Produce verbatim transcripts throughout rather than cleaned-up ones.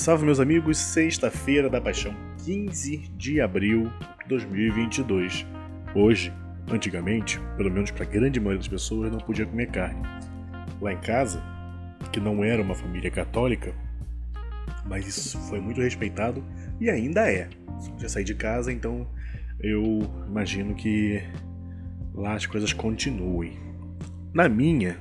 Salve, meus amigos, sexta-feira da paixão, quinze de abril de dois mil e vinte e dois. Hoje, antigamente, pelo menos para a grande maioria das pessoas, não podia comer carne. Lá em casa, que não era uma família católica, mas isso foi muito respeitado e ainda é. Já saí de casa, então eu imagino que lá as coisas continuem. Na minha,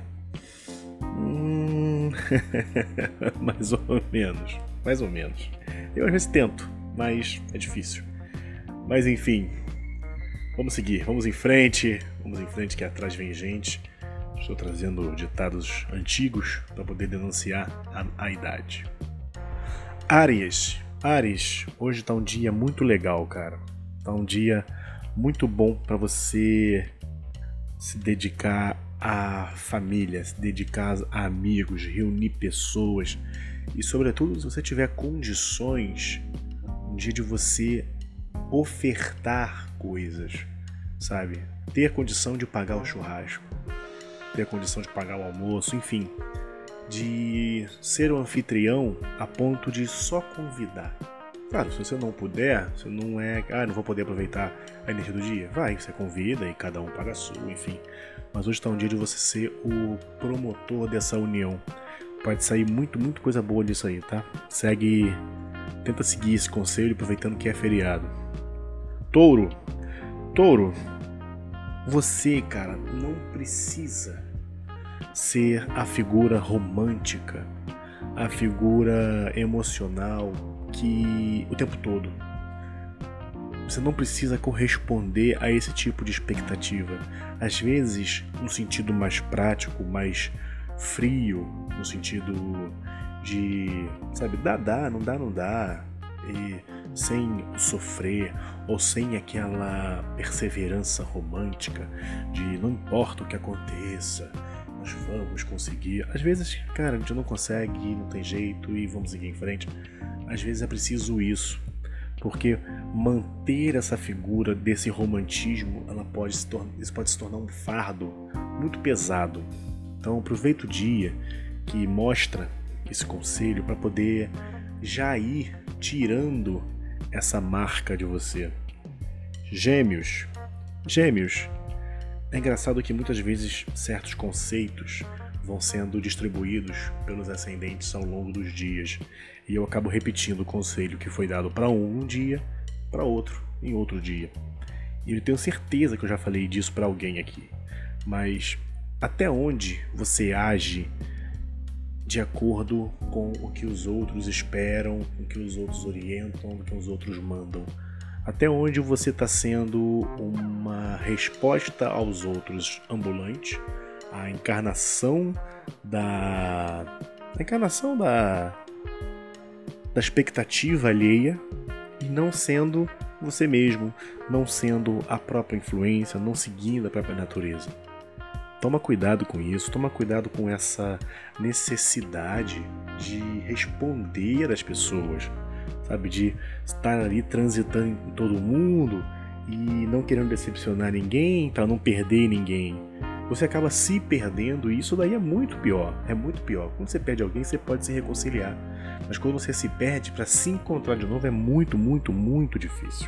hum... mais ou menos, mais ou menos. Eu às vezes tento, mas é difícil. Mas enfim, vamos seguir, vamos em frente, vamos em frente que atrás vem gente. Estou trazendo ditados antigos para poder denunciar a, a idade. Áries, Áries, hoje está um dia muito legal, cara. Está um dia muito bom para você se dedicar à família, se dedicar a amigos, reunir pessoas e, sobretudo, se você tiver condições, um dia de você ofertar coisas, sabe? Ter condição de pagar o churrasco, ter condição de pagar o almoço, enfim, de ser um anfitrião a ponto de só convidar. Claro, se você não puder, se não é, ah, não vou poder aproveitar a energia do dia, vai, você convida e cada um paga a sua, enfim. Mas hoje está um dia de você ser o promotor dessa união. Pode sair muito, muito coisa boa disso aí, tá? Segue, tenta seguir esse conselho aproveitando que é feriado. Touro, Touro, você, cara, não precisa ser a figura romântica, a figura emocional que o tempo todo. Você não precisa corresponder a esse tipo de expectativa. Às vezes, no sentido mais prático, mais frio, no sentido de, sabe, dá, dá, não dá, não dá, e sem sofrer ou sem aquela perseverança romântica de não importa o que aconteça, nós vamos conseguir. Às vezes, cara, a gente não consegue, não tem jeito e vamos seguir em frente. Às vezes é preciso isso, porque manter essa figura desse romantismo, ela pode se tornar, isso pode se tornar um fardo muito pesado. Então aproveita o dia que mostra esse conselho para poder já ir tirando essa marca de você. Gêmeos, Gêmeos, é engraçado que muitas vezes certos conceitos vão sendo distribuídos pelos ascendentes ao longo dos dias e eu acabo repetindo o conselho que foi dado para um um dia, para outro em outro dia. E eu tenho certeza que eu já falei disso para alguém aqui, mas até onde você age de acordo com o que os outros esperam, com o que os outros orientam, com o que os outros mandam? Até onde você está sendo uma resposta aos outros ambulante, a encarnação da a encarnação da da expectativa alheia e não sendo você mesmo, não sendo a própria influência, não seguindo a própria natureza. Toma cuidado com isso, toma cuidado com essa necessidade de responder às pessoas, sabe, de estar ali transitando em todo mundo e não querendo decepcionar ninguém para não perder ninguém. Você acaba se perdendo e isso daí é muito pior, é muito pior. Quando você perde alguém, você pode se reconciliar, mas quando você se perde para se encontrar de novo é muito, muito, muito difícil.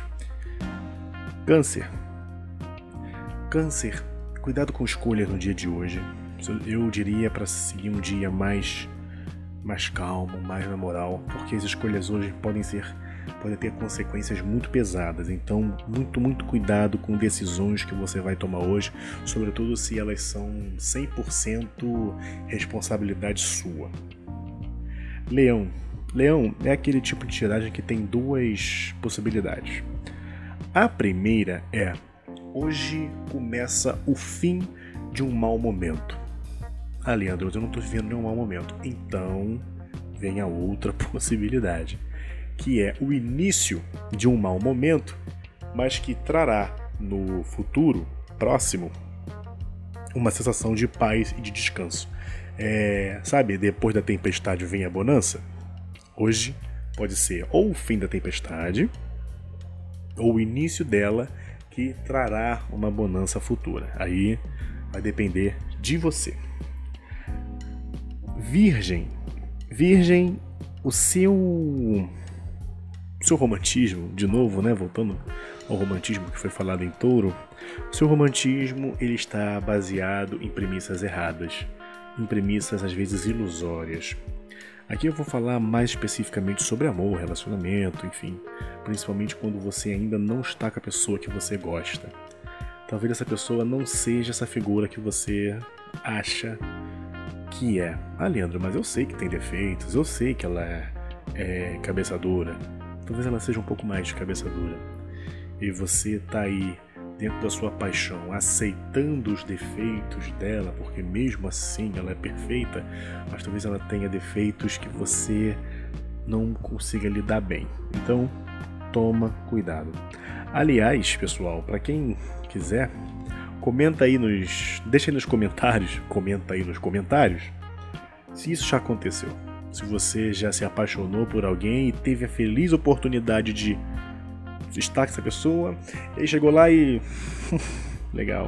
Câncer. Câncer, cuidado com escolhas no dia de hoje. Eu diria para seguir um dia mais, mais calmo, mais na moral, porque as escolhas hoje podem ser, podem ter consequências muito pesadas. Então, muito, muito cuidado com decisões que você vai tomar hoje, sobretudo se elas são cem por cento responsabilidade sua. Leão. Leão é aquele tipo de tiragem que tem duas possibilidades. A primeira é: hoje começa o fim de um mau momento. Ah, Leandro, eu não estou vivendo nenhum mau momento. Então, vem a outra possibilidade, que é o início de um mau momento, mas que trará no futuro próximo uma sensação de paz e de descanso. É, sabe, depois da tempestade vem a bonança? Hoje pode ser ou o fim da tempestade ou o início dela, que trará uma bonança futura. Aí vai depender de você. Virgem. Virgem o seu, o seu romantismo, de novo, né, voltando ao romantismo que foi falado em Touro, o seu romantismo ele está baseado em premissas erradas, em premissas às vezes ilusórias. Aqui eu vou falar mais especificamente sobre amor, relacionamento, enfim, principalmente quando você ainda não está com a pessoa que você gosta. Talvez essa pessoa não seja essa figura que você acha que é. Ah, Leandro, mas eu sei que tem defeitos, eu sei que ela é, é cabeça dura. Talvez ela seja um pouco mais de cabeça dura. E você tá aí, dentro da sua paixão, aceitando os defeitos dela, porque mesmo assim ela é perfeita, mas talvez ela tenha defeitos que você não consiga lidar bem. Então, toma cuidado. Aliás, pessoal, para quem quiser, comenta aí nos, deixa aí nos comentários, comenta aí nos comentários, se isso já aconteceu. Se você já se apaixonou por alguém e teve a feliz oportunidade de estar com essa pessoa, e aí chegou lá e legal.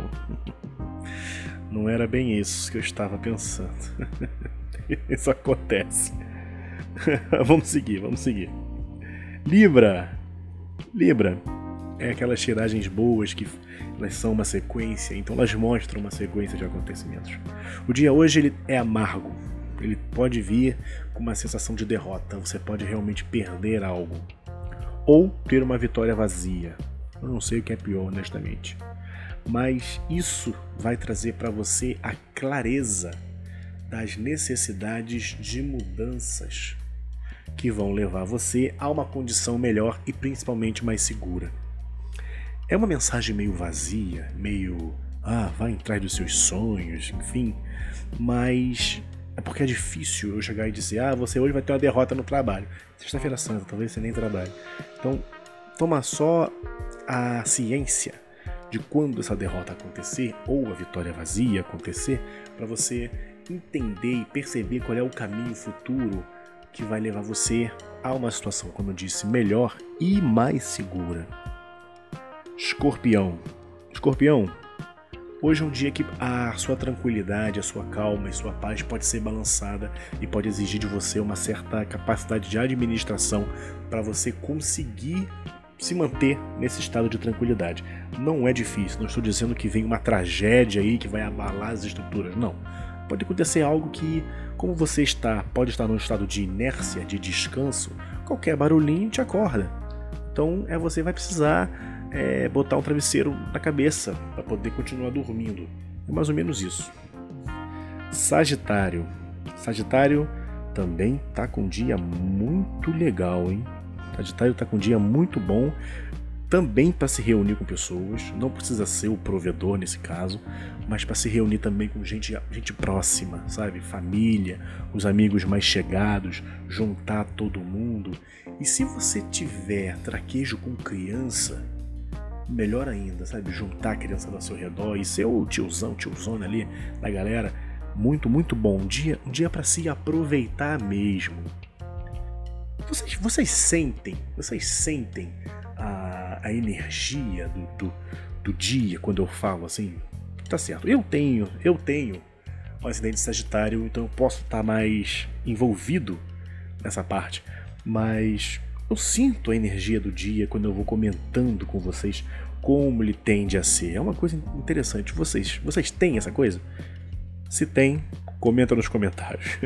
Não era bem isso que eu estava pensando. Isso acontece. Vamos seguir, vamos seguir. Libra. Libra. É aquelas tiragens boas que elas são uma sequência, então elas mostram uma sequência de acontecimentos. O dia hoje ele é amargo, ele pode vir com uma sensação de derrota, você pode realmente perder algo, ou ter uma vitória vazia. Eu não sei o que é pior, honestamente, mas isso vai trazer para você a clareza das necessidades de mudanças que vão levar você a uma condição melhor e principalmente mais segura. É uma mensagem meio vazia, meio, ah, vai atrás dos seus sonhos, enfim, mas é porque é difícil eu chegar e dizer, ah, você hoje vai ter uma derrota no trabalho. Sexta-feira santa, talvez você nem trabalhe. Então, toma só a ciência de quando essa derrota acontecer, ou a vitória vazia acontecer, para você entender e perceber qual é o caminho futuro que vai levar você a uma situação, como eu disse, melhor e mais segura. Escorpião. Escorpião, hoje é um dia que a sua tranquilidade, a sua calma e sua paz pode ser balançada e pode exigir de você uma certa capacidade de administração para você conseguir se manter nesse estado de tranquilidade. Não é difícil, não estou dizendo que vem uma tragédia aí que vai abalar as estruturas, não. Pode acontecer algo que, como você está, pode estar num estado de inércia, de descanso, qualquer barulhinho te acorda. Então é você vai precisar é, botar um travesseiro na cabeça para poder continuar dormindo. É mais ou menos isso. Sagitário. Sagitário também tá com um dia muito legal, hein? Sagitário tá com um dia muito bom, também para se reunir com pessoas, não precisa ser o provedor nesse caso, mas para se reunir também com gente, gente próxima, sabe? Família, os amigos mais chegados, juntar todo mundo. E se você tiver traquejo com criança, melhor ainda, sabe? Juntar a criança ao seu redor e ser o tiozão, tiozona ali da galera, muito, muito bom. Um dia, um dia para se aproveitar mesmo. Vocês, vocês sentem, vocês sentem a, a energia do, do, do dia quando eu falo assim? Tá certo, eu tenho, eu tenho um acidente de Sagitário, então eu posso estar mais envolvido nessa parte, mas eu sinto a energia do dia quando eu vou comentando com vocês como ele tende a ser. É uma coisa interessante. Vocês, vocês têm essa coisa? Se tem, comenta nos comentários.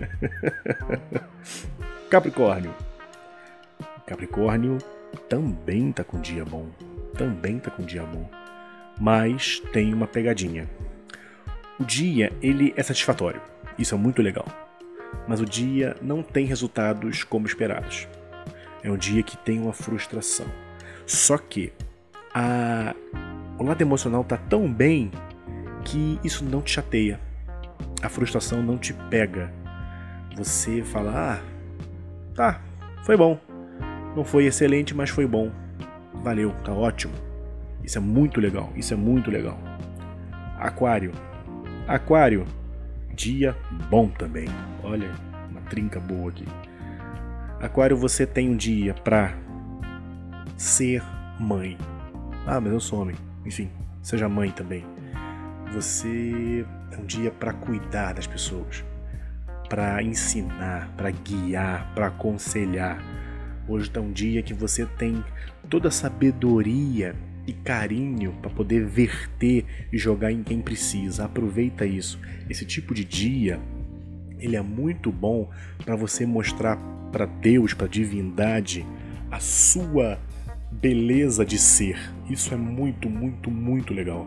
Capricórnio. Capricórnio também tá com um dia bom. Também tá com um dia bom. Mas tem uma pegadinha. O dia, ele é satisfatório. Isso é muito legal. Mas o dia não tem resultados como esperados. É um dia que tem uma frustração. Só que a... o lado emocional tá tão bem que isso não te chateia. A frustração não te pega. Você fala, ah, tá, foi bom. Não foi excelente, mas foi bom. Valeu, tá ótimo. Isso é muito legal, isso é muito legal. Aquário. Aquário, dia bom também. Olha, uma trinca boa aqui. Aquário, você tem um dia pra ser mãe. Ah, mas eu sou homem. Enfim, seja mãe também. Você é um dia pra cuidar das pessoas. para ensinar, para guiar, para aconselhar. Hoje está um dia que você tem toda a sabedoria e carinho para poder verter e jogar em quem precisa. Aproveita isso. Esse tipo de dia, ele é muito bom para você mostrar para Deus, para a divindade, a sua beleza de ser. Isso é muito, muito, muito legal.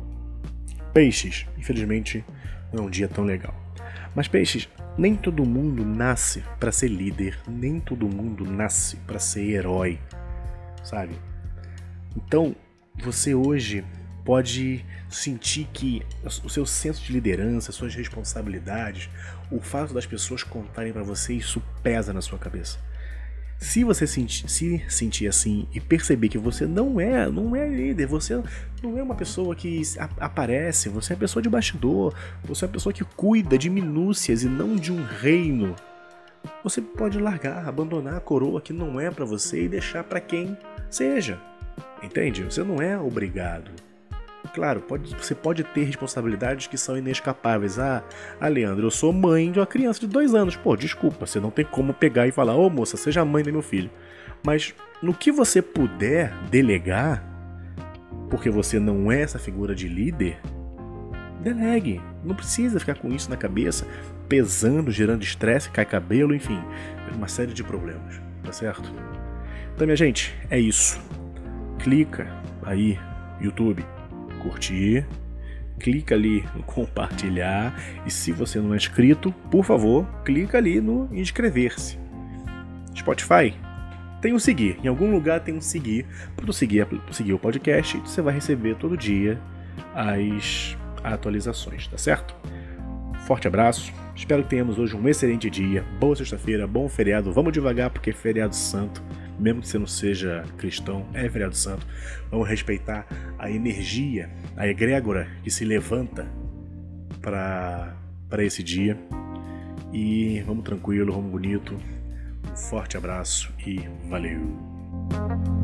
Peixes, infelizmente, não é um dia tão legal. Mas peixes, nem todo mundo nasce para ser líder, nem todo mundo nasce para ser herói, sabe? Então, você hoje pode sentir que o seu senso de liderança, suas responsabilidades, o fato das pessoas contarem para você, isso pesa na sua cabeça. Se você sentir, se sentir assim e perceber que você não é, não é líder, você não é uma pessoa que aparece, você é uma pessoa de bastidor, você é uma pessoa que cuida de minúcias e não de um reino, você pode largar, abandonar a coroa que não é para você e deixar para quem seja. Entende? Você não é obrigado. Claro, pode, você pode ter responsabilidades que são inescapáveis. Ah, ah, Leandro, eu sou mãe de uma criança de dois anos. Pô, desculpa, você não tem como pegar e falar: ô moça, seja mãe do meu filho. Mas no que você puder delegar, porque você não é essa figura de líder, delegue. Não precisa ficar com isso na cabeça, pesando, gerando estresse, cai cabelo, enfim, uma série de problemas, tá certo? Então, minha gente, é isso. Clica aí, YouTube, curtir, clica ali no compartilhar e se você não é inscrito, por favor, clica ali no inscrever-se. Spotify, tem um seguir, em algum lugar tem um seguir, para tu seguir, seguir o podcast, você vai receber todo dia as atualizações, tá certo? Forte abraço, espero que tenhamos hoje um excelente dia, boa sexta-feira, bom feriado, vamos devagar porque é feriado santo. Mesmo que você não seja cristão, é feriado santo. Vamos respeitar a energia, a egrégora que se levanta para esse dia. E vamos tranquilo, vamos bonito. Um forte abraço e valeu!